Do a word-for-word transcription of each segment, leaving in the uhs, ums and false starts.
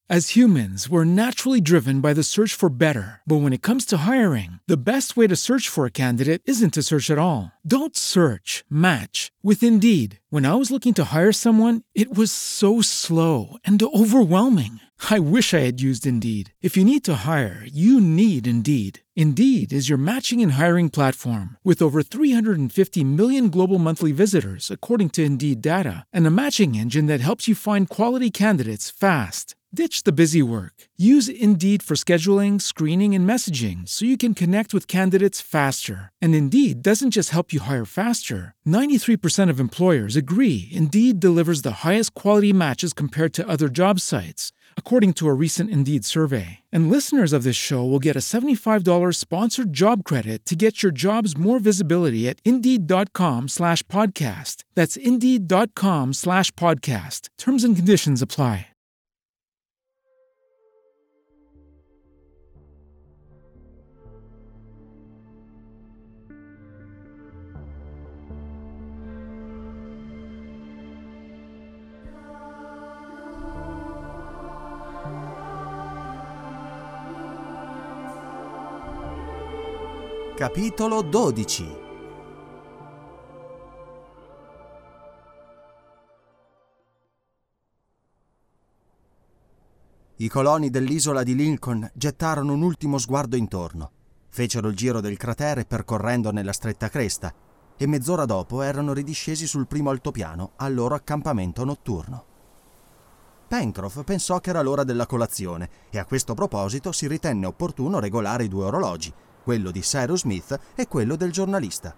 As humans, we're naturally driven by the search for better. But when it comes to hiring, the best way to search for a candidate isn't to search at all. Don't search, match with Indeed. When I was looking to hire someone, it was so slow and overwhelming. I wish I had used Indeed. If you need to hire, you need Indeed. Indeed is your matching and hiring platform with over three hundred fifty million global monthly visitors, according to Indeed data, and a matching engine that helps you find quality candidates fast. Ditch the busy work. Use Indeed for scheduling, screening, and messaging so you can connect with candidates faster. And Indeed doesn't just help you hire faster. ninety-three percent of employers agree Indeed delivers the highest quality matches compared to other job sites, according to a recent Indeed survey. And listeners of this show will get a seventy-five dollars sponsored job credit to get your jobs more visibility at Indeed.com slash podcast. That's Indeed.com slash podcast. Terms and conditions apply. Capitolo dodici. I coloni dell'isola di Lincoln gettarono un ultimo sguardo intorno, fecero il giro del cratere percorrendo nella stretta cresta e mezz'ora dopo erano ridiscesi sul primo altopiano al loro accampamento notturno. Pencroff pensò che era l'ora della colazione e a questo proposito si ritenne opportuno regolare i due orologi, quello di Cyrus Smith e quello del giornalista.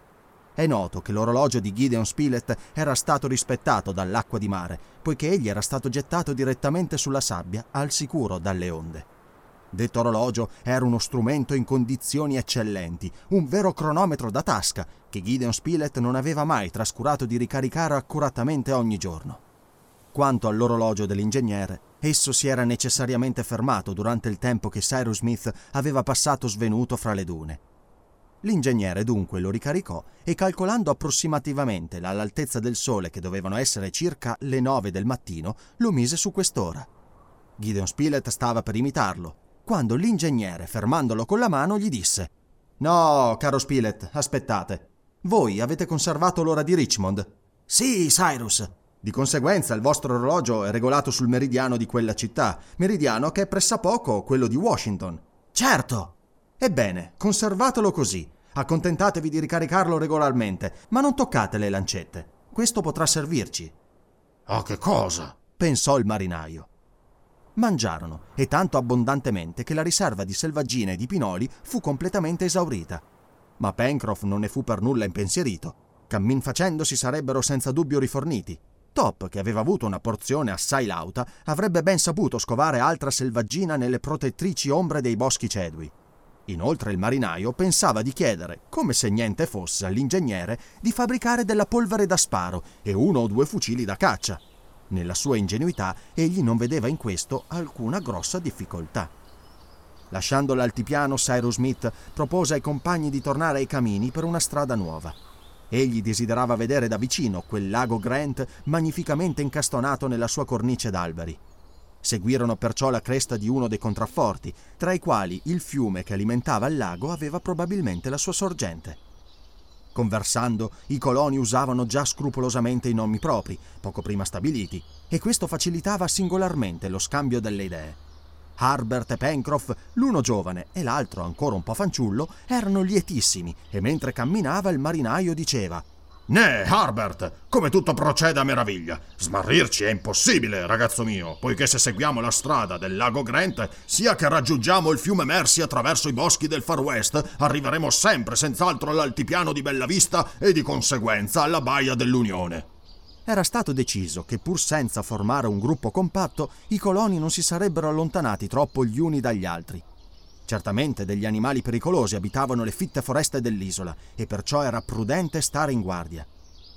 È noto che l'orologio di Gideon Spilett era stato rispettato dall'acqua di mare, poiché egli era stato gettato direttamente sulla sabbia al sicuro dalle onde. Detto orologio era uno strumento in condizioni eccellenti, un vero cronometro da tasca che Gideon Spilett non aveva mai trascurato di ricaricare accuratamente ogni giorno. Quanto all'orologio dell'ingegnere, esso si era necessariamente fermato durante il tempo che Cyrus Smith aveva passato svenuto fra le dune. L'ingegnere dunque lo ricaricò e, calcolando approssimativamente l'altezza del sole, che dovevano essere circa le nove del mattino, lo mise su quest'ora. Gideon Spilett stava per imitarlo, quando l'ingegnere, fermandolo con la mano, gli disse: «No, caro Spilett, aspettate. Voi avete conservato l'ora di Richmond?» «Sì, Cyrus». «Di conseguenza il vostro orologio è regolato sul meridiano di quella città, meridiano che è pressappoco quello di Washington». «Certo». «Ebbene, conservatelo così. Accontentatevi di ricaricarlo regolarmente, ma non toccate le lancette. Questo potrà servirci». «A che cosa?» pensò il marinaio. Mangiarono, e tanto abbondantemente che la riserva di selvaggine e di pinoli fu completamente esaurita. Ma Pencroff non ne fu per nulla impensierito. Cammin facendo si sarebbero senza dubbio riforniti. Top, che aveva avuto una porzione assai lauta, avrebbe ben saputo scovare altra selvaggina nelle protettrici ombre dei boschi cedui. Inoltre il marinaio pensava di chiedere, come se niente fosse, all'ingegnere di fabbricare della polvere da sparo e uno o due fucili da caccia. Nella sua ingenuità egli non vedeva in questo alcuna grossa difficoltà. Lasciando l'altipiano, Cyrus Smith propose ai compagni di tornare ai camini per una strada nuova. Egli desiderava vedere da vicino quel lago Grant magnificamente incastonato nella sua cornice d'alberi. Seguirono perciò la cresta di uno dei contrafforti, tra i quali il fiume che alimentava il lago aveva probabilmente la sua sorgente. Conversando, i coloni usavano già scrupolosamente i nomi propri, poco prima stabiliti, e questo facilitava singolarmente lo scambio delle idee. Harbert e Pencroff, l'uno giovane e l'altro ancora un po' fanciullo, erano lietissimi, e mentre camminava il marinaio diceva: «Né, Harbert, come tutto procede a meraviglia. Smarrirci è impossibile, ragazzo mio, poiché se seguiamo la strada del lago Grant, sia che raggiungiamo il fiume Mersey attraverso i boschi del Far West, arriveremo sempre senz'altro all'altipiano di Bellavista e di conseguenza alla baia dell'Unione». Era stato deciso che, pur senza formare un gruppo compatto, i coloni non si sarebbero allontanati troppo gli uni dagli altri. Certamente degli animali pericolosi abitavano le fitte foreste dell'isola e perciò era prudente stare in guardia.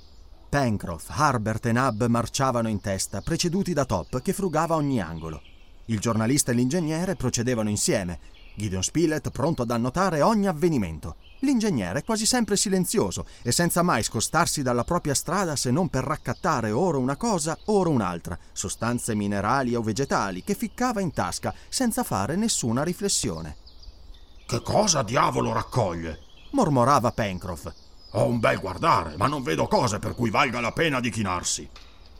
Pencroff, Harbert e Nab marciavano in testa, preceduti da Top che frugava a ogni angolo. Il giornalista e l'ingegnere procedevano insieme, Gideon Spilett pronto ad annotare ogni avvenimento. L'ingegnere quasi sempre silenzioso e senza mai scostarsi dalla propria strada se non per raccattare ora una cosa, ora un'altra, sostanze minerali o vegetali che ficcava in tasca senza fare nessuna riflessione. «Che cosa diavolo raccoglie?» mormorava Pencroff. «Ho un bel guardare, ma non vedo cose per cui valga la pena di chinarsi».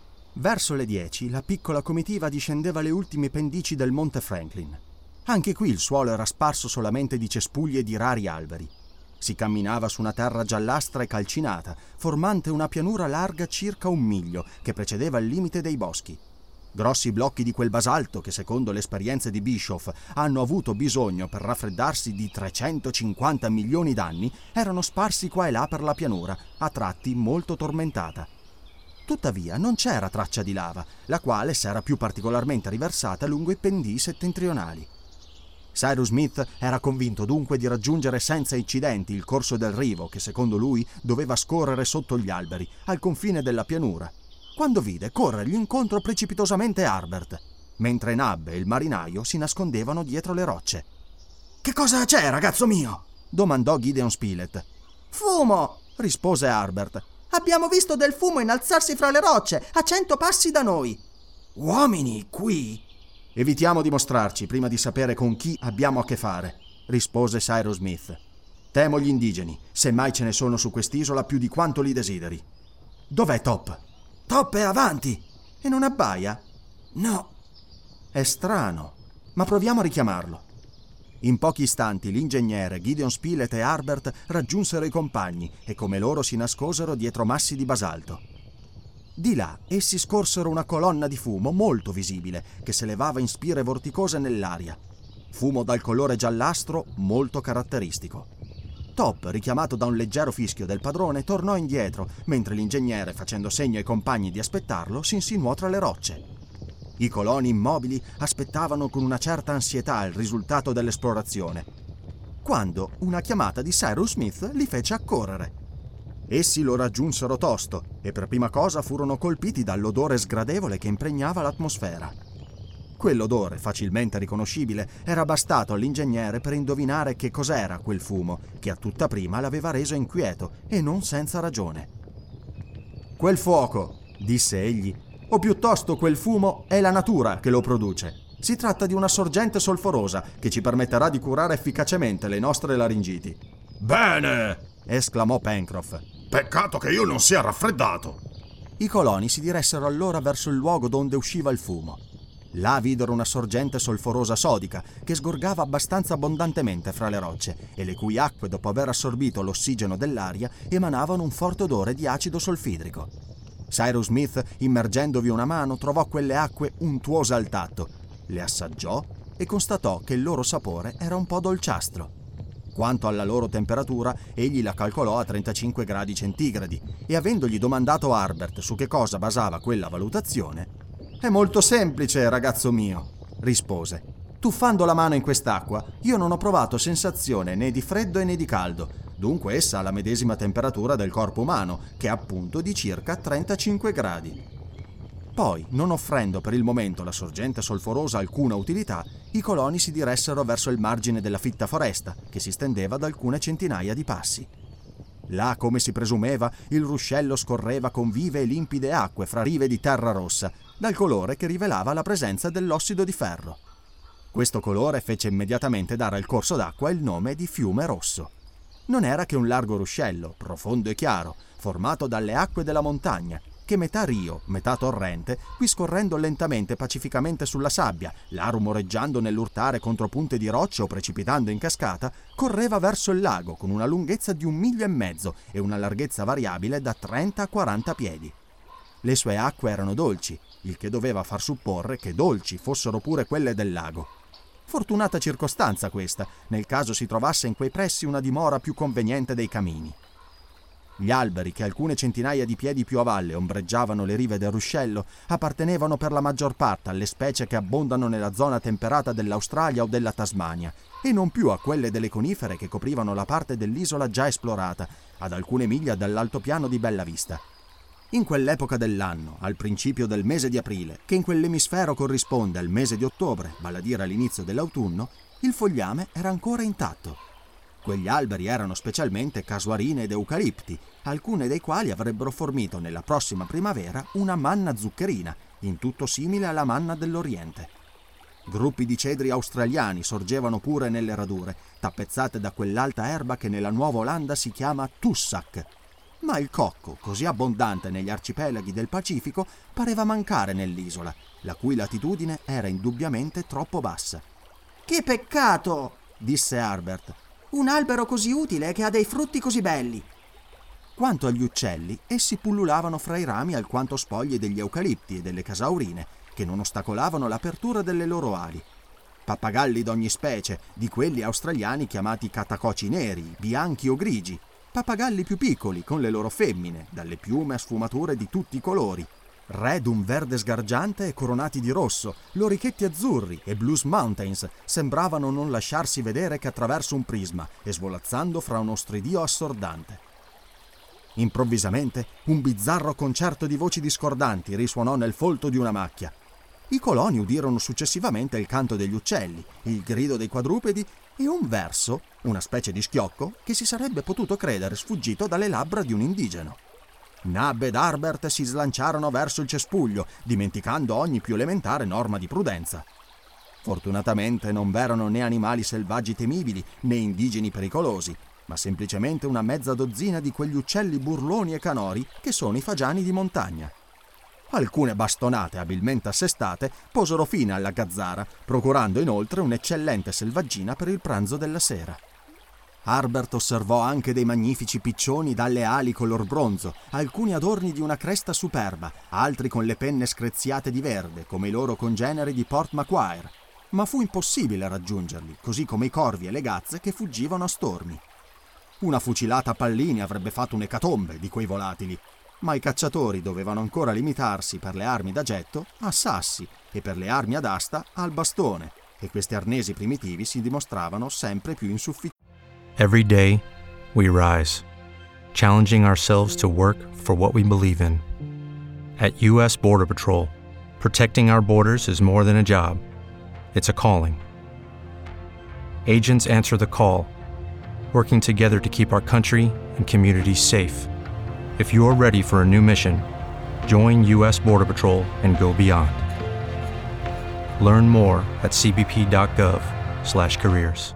Verso le dieci la piccola comitiva discendeva le ultime pendici del Monte Franklin. Anche qui il suolo era sparso solamente di cespugli e di rari alberi. Si camminava su una terra giallastra e calcinata, formante una pianura larga circa un miglio che precedeva il limite dei boschi. Grossi blocchi di quel basalto che, secondo le esperienze di Bischoff, hanno avuto bisogno per raffreddarsi di trecentocinquanta milioni d'anni, erano sparsi qua e là per la pianura, a tratti molto tormentata. Tuttavia non c'era traccia di lava, la quale s'era più particolarmente riversata lungo i pendii settentrionali. Cyrus Smith era convinto dunque di raggiungere senza incidenti il corso del Rivo che, secondo lui, doveva scorrere sotto gli alberi, al confine della pianura, quando vide corrergli incontro precipitosamente Harbert, mentre Nab e il marinaio si nascondevano dietro le rocce. «Che cosa c'è, ragazzo mio?» domandò Gideon Spilett. «Fumo!» rispose Harbert. «Abbiamo visto del fumo innalzarsi fra le rocce, a cento passi da noi!» «Uomini qui?» «Evitiamo di mostrarci prima di sapere con chi abbiamo a che fare», rispose Cyrus Smith. «Temo gli indigeni, semmai ce ne sono su quest'isola più di quanto li desideri». «Dov'è Top?» «Top è avanti!» «E non abbaia?» «No». «È strano, ma proviamo a richiamarlo». In pochi istanti l'ingegnere, Gideon Spilett e Harbert raggiunsero i compagni e come loro si nascosero dietro massi di basalto. Di là essi scorsero una colonna di fumo molto visibile che si elevava in spire vorticose nell'aria. Fumo dal colore giallastro molto caratteristico. Top, richiamato da un leggero fischio del padrone, tornò indietro, mentre l'ingegnere, facendo segno ai compagni di aspettarlo, si insinuò tra le rocce. I coloni immobili aspettavano con una certa ansietà il risultato dell'esplorazione, quando una chiamata di Cyrus Smith li fece accorrere. Essi lo raggiunsero tosto e per prima cosa furono colpiti dall'odore sgradevole che impregnava l'atmosfera. Quell'odore, facilmente riconoscibile, era bastato all'ingegnere per indovinare che cos'era quel fumo che a tutta prima l'aveva reso inquieto e non senza ragione. «Quel fuoco», disse egli, «o piuttosto quel fumo è la natura che lo produce. Si tratta di una sorgente solforosa che ci permetterà di curare efficacemente le nostre laringiti». «Bene!» esclamò Pencroff. «Peccato che io non sia raffreddato!» I coloni si diressero allora verso il luogo donde usciva il fumo. Là videro una sorgente solforosa sodica che sgorgava abbastanza abbondantemente fra le rocce e le cui acque, dopo aver assorbito l'ossigeno dell'aria, emanavano un forte odore di acido solfidrico. Cyrus Smith, immergendovi una mano, trovò quelle acque untuose al tatto, le assaggiò e constatò che il loro sapore era un po' dolciastro. Quanto alla loro temperatura, egli la calcolò a trentacinque gradi centigradi e, avendogli domandato Harbert su che cosa basava quella valutazione, «È molto semplice, ragazzo mio», rispose. «Tuffando la mano in quest'acqua, io non ho provato sensazione né di freddo né di caldo, dunque essa ha la medesima temperatura del corpo umano, che è appunto di circa trentacinque gradi». Poi, non offrendo per il momento la sorgente solforosa alcuna utilità, i coloni si diressero verso il margine della fitta foresta, che si stendeva ad alcune centinaia di passi. Là, come si presumeva, il ruscello scorreva con vive e limpide acque fra rive di terra rossa, dal colore che rivelava la presenza dell'ossido di ferro. Questo colore fece immediatamente dare al corso d'acqua il nome di fiume rosso. Non era che un largo ruscello, profondo e chiaro, formato dalle acque della montagna, che metà rio, metà torrente, qui scorrendo lentamente e pacificamente sulla sabbia, là rumoreggiando nell'urtare contro punte di rocce o precipitando in cascata, correva verso il lago con una lunghezza di un miglio e mezzo e una larghezza variabile da trenta a quaranta piedi. Le sue acque erano dolci, il che doveva far supporre che dolci fossero pure quelle del lago. Fortunata circostanza questa, nel caso si trovasse in quei pressi una dimora più conveniente dei camini. Gli alberi che alcune centinaia di piedi più a valle ombreggiavano le rive del ruscello appartenevano per la maggior parte alle specie che abbondano nella zona temperata dell'Australia o della Tasmania e non più a quelle delle conifere che coprivano la parte dell'isola già esplorata, ad alcune miglia dall'altopiano di Bella Vista. In quell'epoca dell'anno, al principio del mese di aprile, che in quell'emisfero corrisponde al mese di ottobre, vale a dire all'inizio dell'autunno, il fogliame era ancora intatto. Quegli alberi erano specialmente casuarine ed eucalipti, alcune dei quali avrebbero fornito nella prossima primavera una manna zuccherina, in tutto simile alla manna dell'Oriente. Gruppi di cedri australiani sorgevano pure nelle radure, tappezzate da quell'alta erba che nella Nuova Olanda si chiama tussac. Ma il cocco, così abbondante negli arcipelaghi del Pacifico, pareva mancare nell'isola, la cui latitudine era indubbiamente troppo bassa. Che peccato, disse Harbert. Un albero così utile che ha dei frutti così belli. Quanto agli uccelli, essi pullulavano fra i rami alquanto spogli degli eucalipti e delle casaurine, che non ostacolavano l'apertura delle loro ali. Pappagalli d'ogni specie, di quelli australiani chiamati catacoci neri, bianchi o grigi, pappagalli più piccoli con le loro femmine, dalle piume a sfumature di tutti i colori, re d'un verde sgargiante e coronati di rosso, lorichetti azzurri e blues mountains sembravano non lasciarsi vedere che attraverso un prisma e svolazzando fra uno stridio assordante. Improvvisamente un bizzarro concerto di voci discordanti risuonò nel folto di una macchia. I coloni udirono successivamente il canto degli uccelli, il grido dei quadrupedi e un verso, una specie di schiocco, che si sarebbe potuto credere sfuggito dalle labbra di un indigeno. Nab ed Harbert si slanciarono verso il cespuglio, dimenticando ogni più elementare norma di prudenza. Fortunatamente non v'erano né animali selvaggi temibili né indigeni pericolosi, ma semplicemente una mezza dozzina di quegli uccelli burloni e canori che sono i fagiani di montagna. Alcune bastonate abilmente assestate posero fine alla gazzara, procurando inoltre un'eccellente selvaggina per il pranzo della sera. Harbert osservò anche dei magnifici piccioni dalle ali color bronzo, alcuni adorni di una cresta superba, altri con le penne screziate di verde, come i loro congeneri di Port Macquarie, ma fu impossibile raggiungerli, così come i corvi e le gazze che fuggivano a stormi. Una fucilata a pallini avrebbe fatto un'ecatombe di quei volatili, ma i cacciatori dovevano ancora limitarsi per le armi da getto a sassi e per le armi ad asta al bastone, e questi arnesi primitivi si dimostravano sempre più insufficienti. Every day, we rise, challenging ourselves to work for what we believe in. At U S Border Patrol, protecting our borders is more than a job, it's a calling. Agents answer the call, working together to keep our country and communities safe. If you're ready for a new mission, join U S Border Patrol and go beyond. Learn more at c b p dot gov slash careers.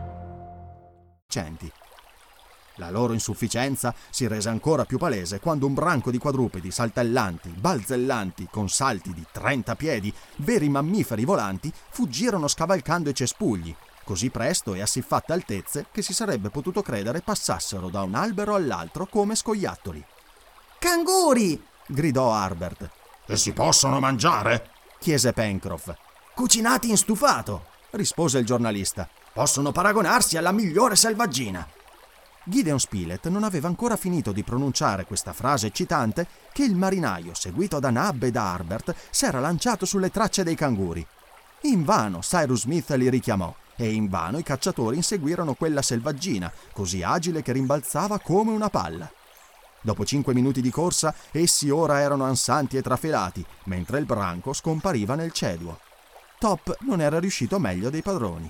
La loro insufficienza si rese ancora più palese quando un branco di quadrupedi saltellanti, balzellanti, con salti di trenta piedi, veri mammiferi volanti, fuggirono scavalcando i cespugli, così presto e a siffatte altezze che si sarebbe potuto credere passassero da un albero all'altro come scoiattoli. Canguri! Gridò Harbert. E si possono mangiare? Chiese Pencroff. Cucinati in stufato, rispose il giornalista. Possono paragonarsi alla migliore selvaggina. Gideon Spilett non aveva ancora finito di pronunciare questa frase eccitante che il marinaio, seguito da Nab e da Harbert, s'era lanciato sulle tracce dei canguri. Invano Cyrus Smith li richiamò e invano i cacciatori inseguirono quella selvaggina, così agile che rimbalzava come una palla. Dopo cinque minuti di corsa, essi ora erano ansanti e trafelati, mentre il branco scompariva nel ceduo. Top non era riuscito meglio dei padroni.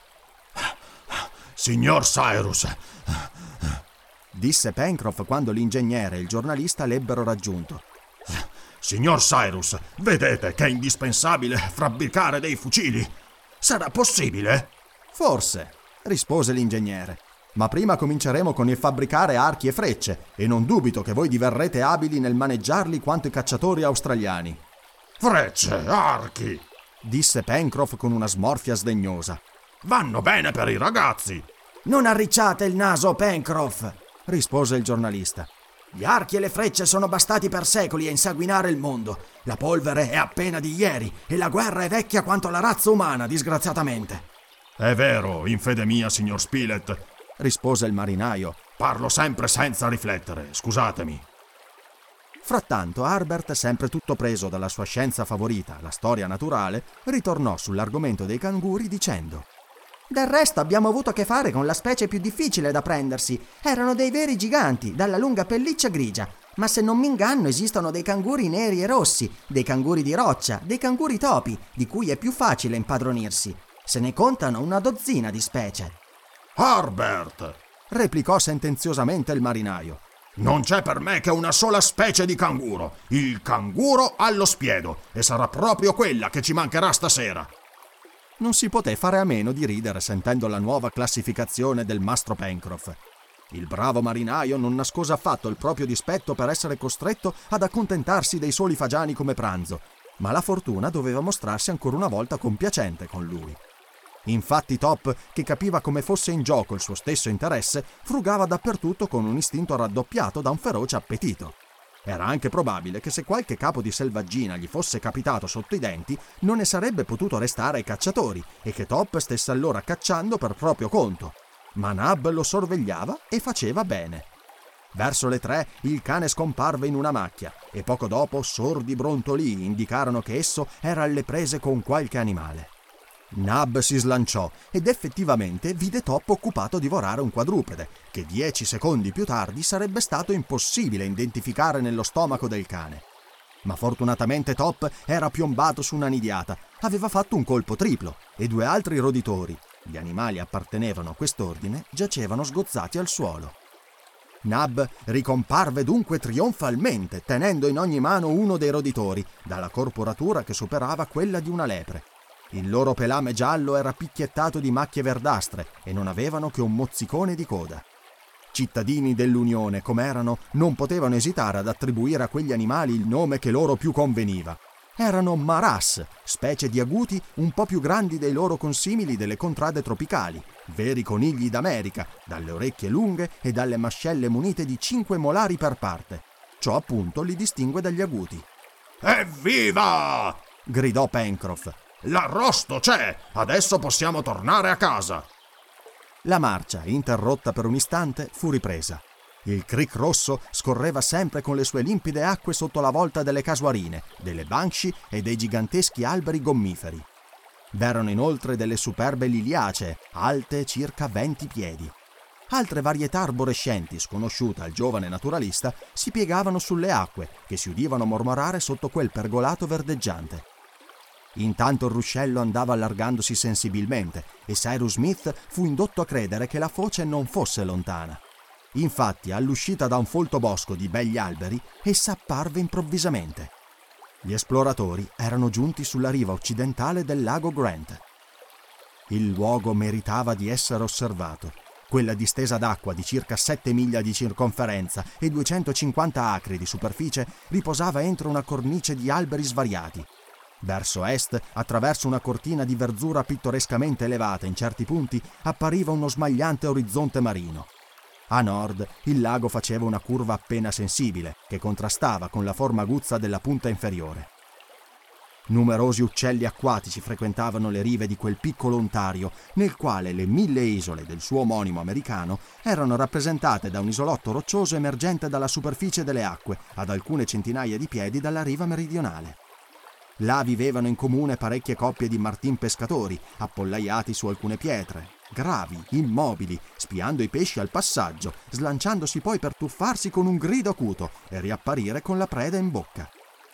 Signor Cyrus, disse Pencroff quando l'ingegnere e il giornalista l'ebbero raggiunto. Signor Cyrus, vedete che è indispensabile fabbricare dei fucili? Sarà possibile? Forse, rispose l'ingegnere. Ma prima cominceremo con il fabbricare archi e frecce, e non dubito che voi diverrete abili nel maneggiarli quanto i cacciatori australiani. Frecce, archi, disse Pencroff con una smorfia sdegnosa. Vanno bene per i ragazzi. Non arricciate il naso, Pencroff, rispose il giornalista. Gli archi e le frecce sono bastati per secoli a insanguinare il mondo. La polvere è appena di ieri e la guerra è vecchia quanto la razza umana, disgraziatamente. È vero, in fede mia, signor Spilett, rispose il marinaio. Parlo sempre senza riflettere, scusatemi. Frattanto Harbert, sempre tutto preso dalla sua scienza favorita, la storia naturale, ritornò sull'argomento dei canguri dicendo: Del resto abbiamo avuto a che fare con la specie più difficile da prendersi. Erano dei veri giganti, dalla lunga pelliccia grigia, Ma se non mi inganno esistono dei canguri neri e rossi, dei canguri di roccia, dei canguri topi, di cui è più facile impadronirsi. Se ne contano una dozzina di specie. Herbert, replicò sentenziosamente il marinaio. Non c'è per me che una sola specie di canguro, il canguro allo spiedo, e sarà proprio quella che ci mancherà stasera. Non si poté fare a meno di ridere sentendo la nuova classificazione del mastro Pencroff. Il bravo marinaio non nascose affatto il proprio dispetto per essere costretto ad accontentarsi dei soli fagiani come pranzo, ma la fortuna doveva mostrarsi ancora una volta compiacente con lui. Infatti Top, che capiva come fosse in gioco il suo stesso interesse, frugava dappertutto con un istinto raddoppiato da un feroce appetito. Era anche probabile che se qualche capo di selvaggina gli fosse capitato sotto i denti, non ne sarebbe potuto restare ai cacciatori e che Top stesse allora cacciando per proprio conto. Ma Nab lo sorvegliava e faceva bene. Verso le tre il cane scomparve in una macchia e poco dopo sordi brontolii indicarono che esso era alle prese con qualche animale. Nab si slanciò ed effettivamente vide Top occupato a divorare un quadrupede, che dieci secondi più tardi sarebbe stato impossibile identificare nello stomaco del cane. Ma fortunatamente Top era piombato su una nidiata, aveva fatto un colpo triplo e due altri roditori, gli animali appartenevano a quest'ordine, giacevano sgozzati al suolo. Nab ricomparve dunque trionfalmente, tenendo in ogni mano uno dei roditori, dalla corporatura che superava quella di una lepre. Il loro pelame giallo era picchiettato di macchie verdastre e non avevano che un mozzicone di coda. Cittadini dell'Unione, come erano, non potevano esitare ad attribuire a quegli animali il nome che loro più conveniva. Erano maras, specie di aguti un po' più grandi dei loro consimili delle contrade tropicali, veri conigli d'America, dalle orecchie lunghe e dalle mascelle munite di cinque molari per parte. Ciò appunto li distingue dagli aguti. Evviva! Gridò Pencroff. L'arrosto c'è! Adesso possiamo tornare a casa! La marcia, interrotta per un istante, fu ripresa. Il Creek Rosso scorreva sempre con le sue limpide acque sotto la volta delle casuarine, delle banshee e dei giganteschi alberi gommiferi. V'erano inoltre delle superbe liliacee, alte circa venti piedi. Altre varietà arborescenti, sconosciute al giovane naturalista, si piegavano sulle acque, che si udivano mormorare sotto quel pergolato verdeggiante. Intanto il ruscello andava allargandosi sensibilmente e Cyrus Smith fu indotto a credere che la foce non fosse lontana. Infatti, all'uscita da un folto bosco di begli alberi, essa apparve improvvisamente. Gli esploratori erano giunti sulla riva occidentale del lago Grant. Il luogo meritava di essere osservato. Quella distesa d'acqua di circa sette miglia di circonferenza e duecentocinquanta acri di superficie riposava entro una cornice di alberi svariati. Verso est, attraverso una cortina di verzura pittorescamente elevata in certi punti, appariva uno smagliante orizzonte marino. A nord il lago faceva una curva appena sensibile, che contrastava con la forma aguzza della punta inferiore. Numerosi uccelli acquatici frequentavano le rive di quel piccolo Ontario, nel quale le mille isole del suo omonimo americano erano rappresentate da un isolotto roccioso emergente dalla superficie delle acque, ad alcune centinaia di piedi dalla riva meridionale. Là vivevano in comune parecchie coppie di martin pescatori, appollaiati su alcune pietre, gravi, immobili, spiando i pesci al passaggio, slanciandosi poi per tuffarsi con un grido acuto e riapparire con la preda in bocca.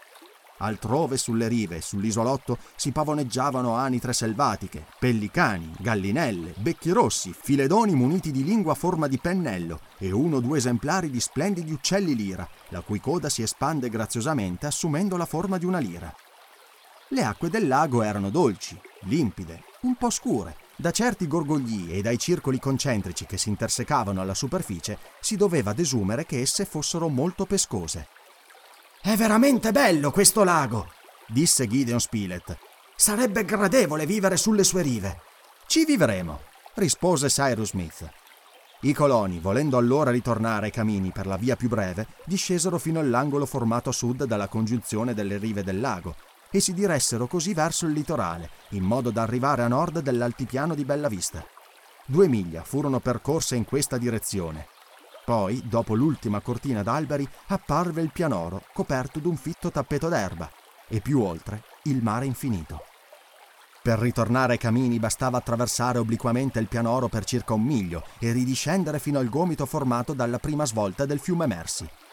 Altrove sulle rive e sull'isolotto si pavoneggiavano anitre selvatiche, pellicani, gallinelle, becchi rossi, filedoni muniti di lingua a forma di pennello e uno o due esemplari di splendidi uccelli lira, la cui coda si espande graziosamente assumendo la forma di una lira. Le acque del lago erano dolci, limpide, un po' scure. Da certi gorgogli e dai circoli concentrici che si intersecavano alla superficie si doveva desumere che esse fossero molto pescose. «È veramente bello questo lago», disse Gideon Spilett. «Sarebbe gradevole vivere sulle sue rive». «Ci vivremo», rispose Cyrus Smith. I coloni, volendo allora ritornare ai camini per la via più breve, discesero fino all'angolo formato a sud dalla congiunzione delle rive del lago e si diressero così verso il litorale, in modo da arrivare a nord dell'altipiano di Bella Vista. Due miglia furono percorse in questa direzione. Poi, dopo l'ultima cortina d'alberi, apparve il pianoro coperto d'un fitto tappeto d'erba e più oltre il mare infinito. Per ritornare ai camini bastava attraversare obliquamente il pianoro per circa un miglio e ridiscendere fino al gomito formato dalla prima svolta del fiume Mercy.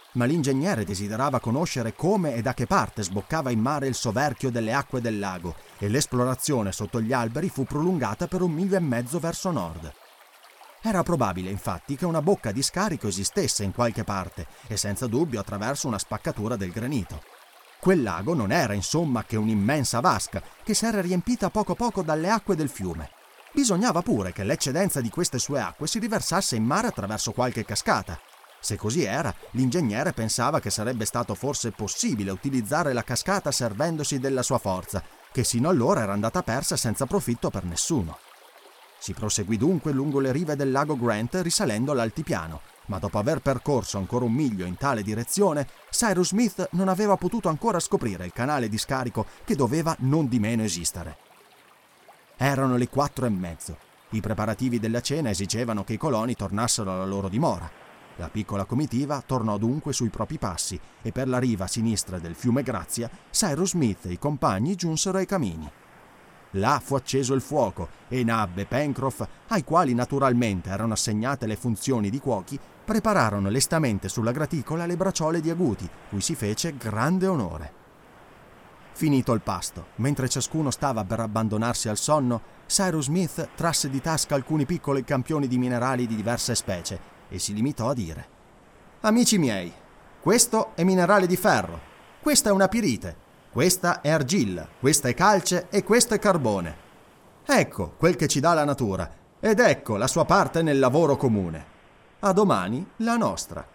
ma l'ingegnere desiderava conoscere come e da che parte sboccava in mare il soverchio delle acque del lago, e l'esplorazione sotto gli alberi fu prolungata per un miglio e mezzo verso nord. Era probabile, infatti, che una bocca di scarico esistesse in qualche parte, e senza dubbio attraverso una spaccatura del granito. Quel lago non era, insomma, che un'immensa vasca che si era riempita poco poco dalle acque del fiume. Bisognava pure che l'eccedenza di queste sue acque si riversasse in mare attraverso qualche cascata. Se così era, l'ingegnere pensava che sarebbe stato forse possibile utilizzare la cascata servendosi della sua forza, che sino allora era andata persa senza profitto per nessuno. Si proseguì dunque lungo le rive del lago Grant risalendo l'altipiano, ma dopo aver percorso ancora un miglio in tale direzione, Cyrus Smith non aveva potuto ancora scoprire il canale di scarico che doveva non di meno esistere. Erano le quattro e mezzo. I preparativi della cena esigevano che i coloni tornassero alla loro dimora. La piccola comitiva tornò dunque sui propri passi e per la riva sinistra del fiume Grazia Cyrus Smith e i compagni giunsero ai camini. Là fu acceso il fuoco e Nab e Pencroff, ai quali naturalmente erano assegnate le funzioni di cuochi, prepararono lestamente sulla graticola le braciole di aguti, cui si fece grande onore. Finito il pasto, mentre ciascuno stava per abbandonarsi al sonno, Cyrus Smith trasse di tasca alcuni piccoli campioni di minerali di diverse specie e si limitò a dire: «Amici miei, questo è minerale di ferro, questa è una pirite, questa è argilla, questa è calce e questo è carbone. Ecco quel che ci dà la natura, ed ecco la sua parte nel lavoro comune. A domani la nostra».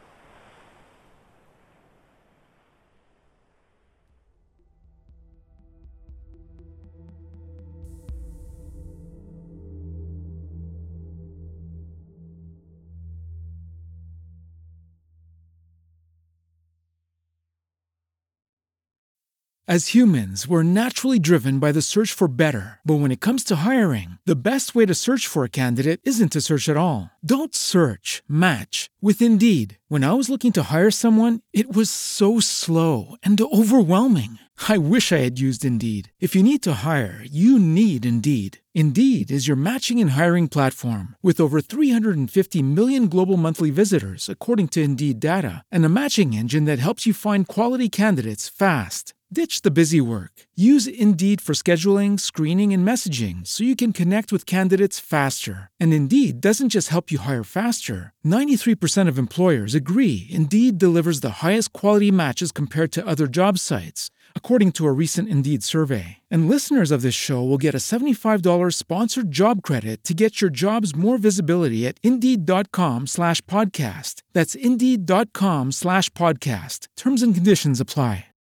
As humans, we're naturally driven by the search for better. But when it comes to hiring, the best way to search for a candidate isn't to search at all. Don't search, match with Indeed. When I was looking to hire someone, it was so slow and overwhelming. I wish I had used Indeed. If you need to hire, you need Indeed. Indeed is your matching and hiring platform with over three hundred fifty million global monthly visitors, according to Indeed data, and a matching engine that helps you find quality candidates fast. Ditch the busy work. Use Indeed for scheduling, screening, and messaging so you can connect with candidates faster. And Indeed doesn't just help you hire faster. ninety-three percent of employers agree Indeed delivers the highest quality matches compared to other job sites, according to a recent Indeed survey. And listeners of this show will get a seventy-five dollars sponsored job credit to get your jobs more visibility at Indeed.com slash podcast. That's Indeed.com slash podcast. Terms and conditions apply.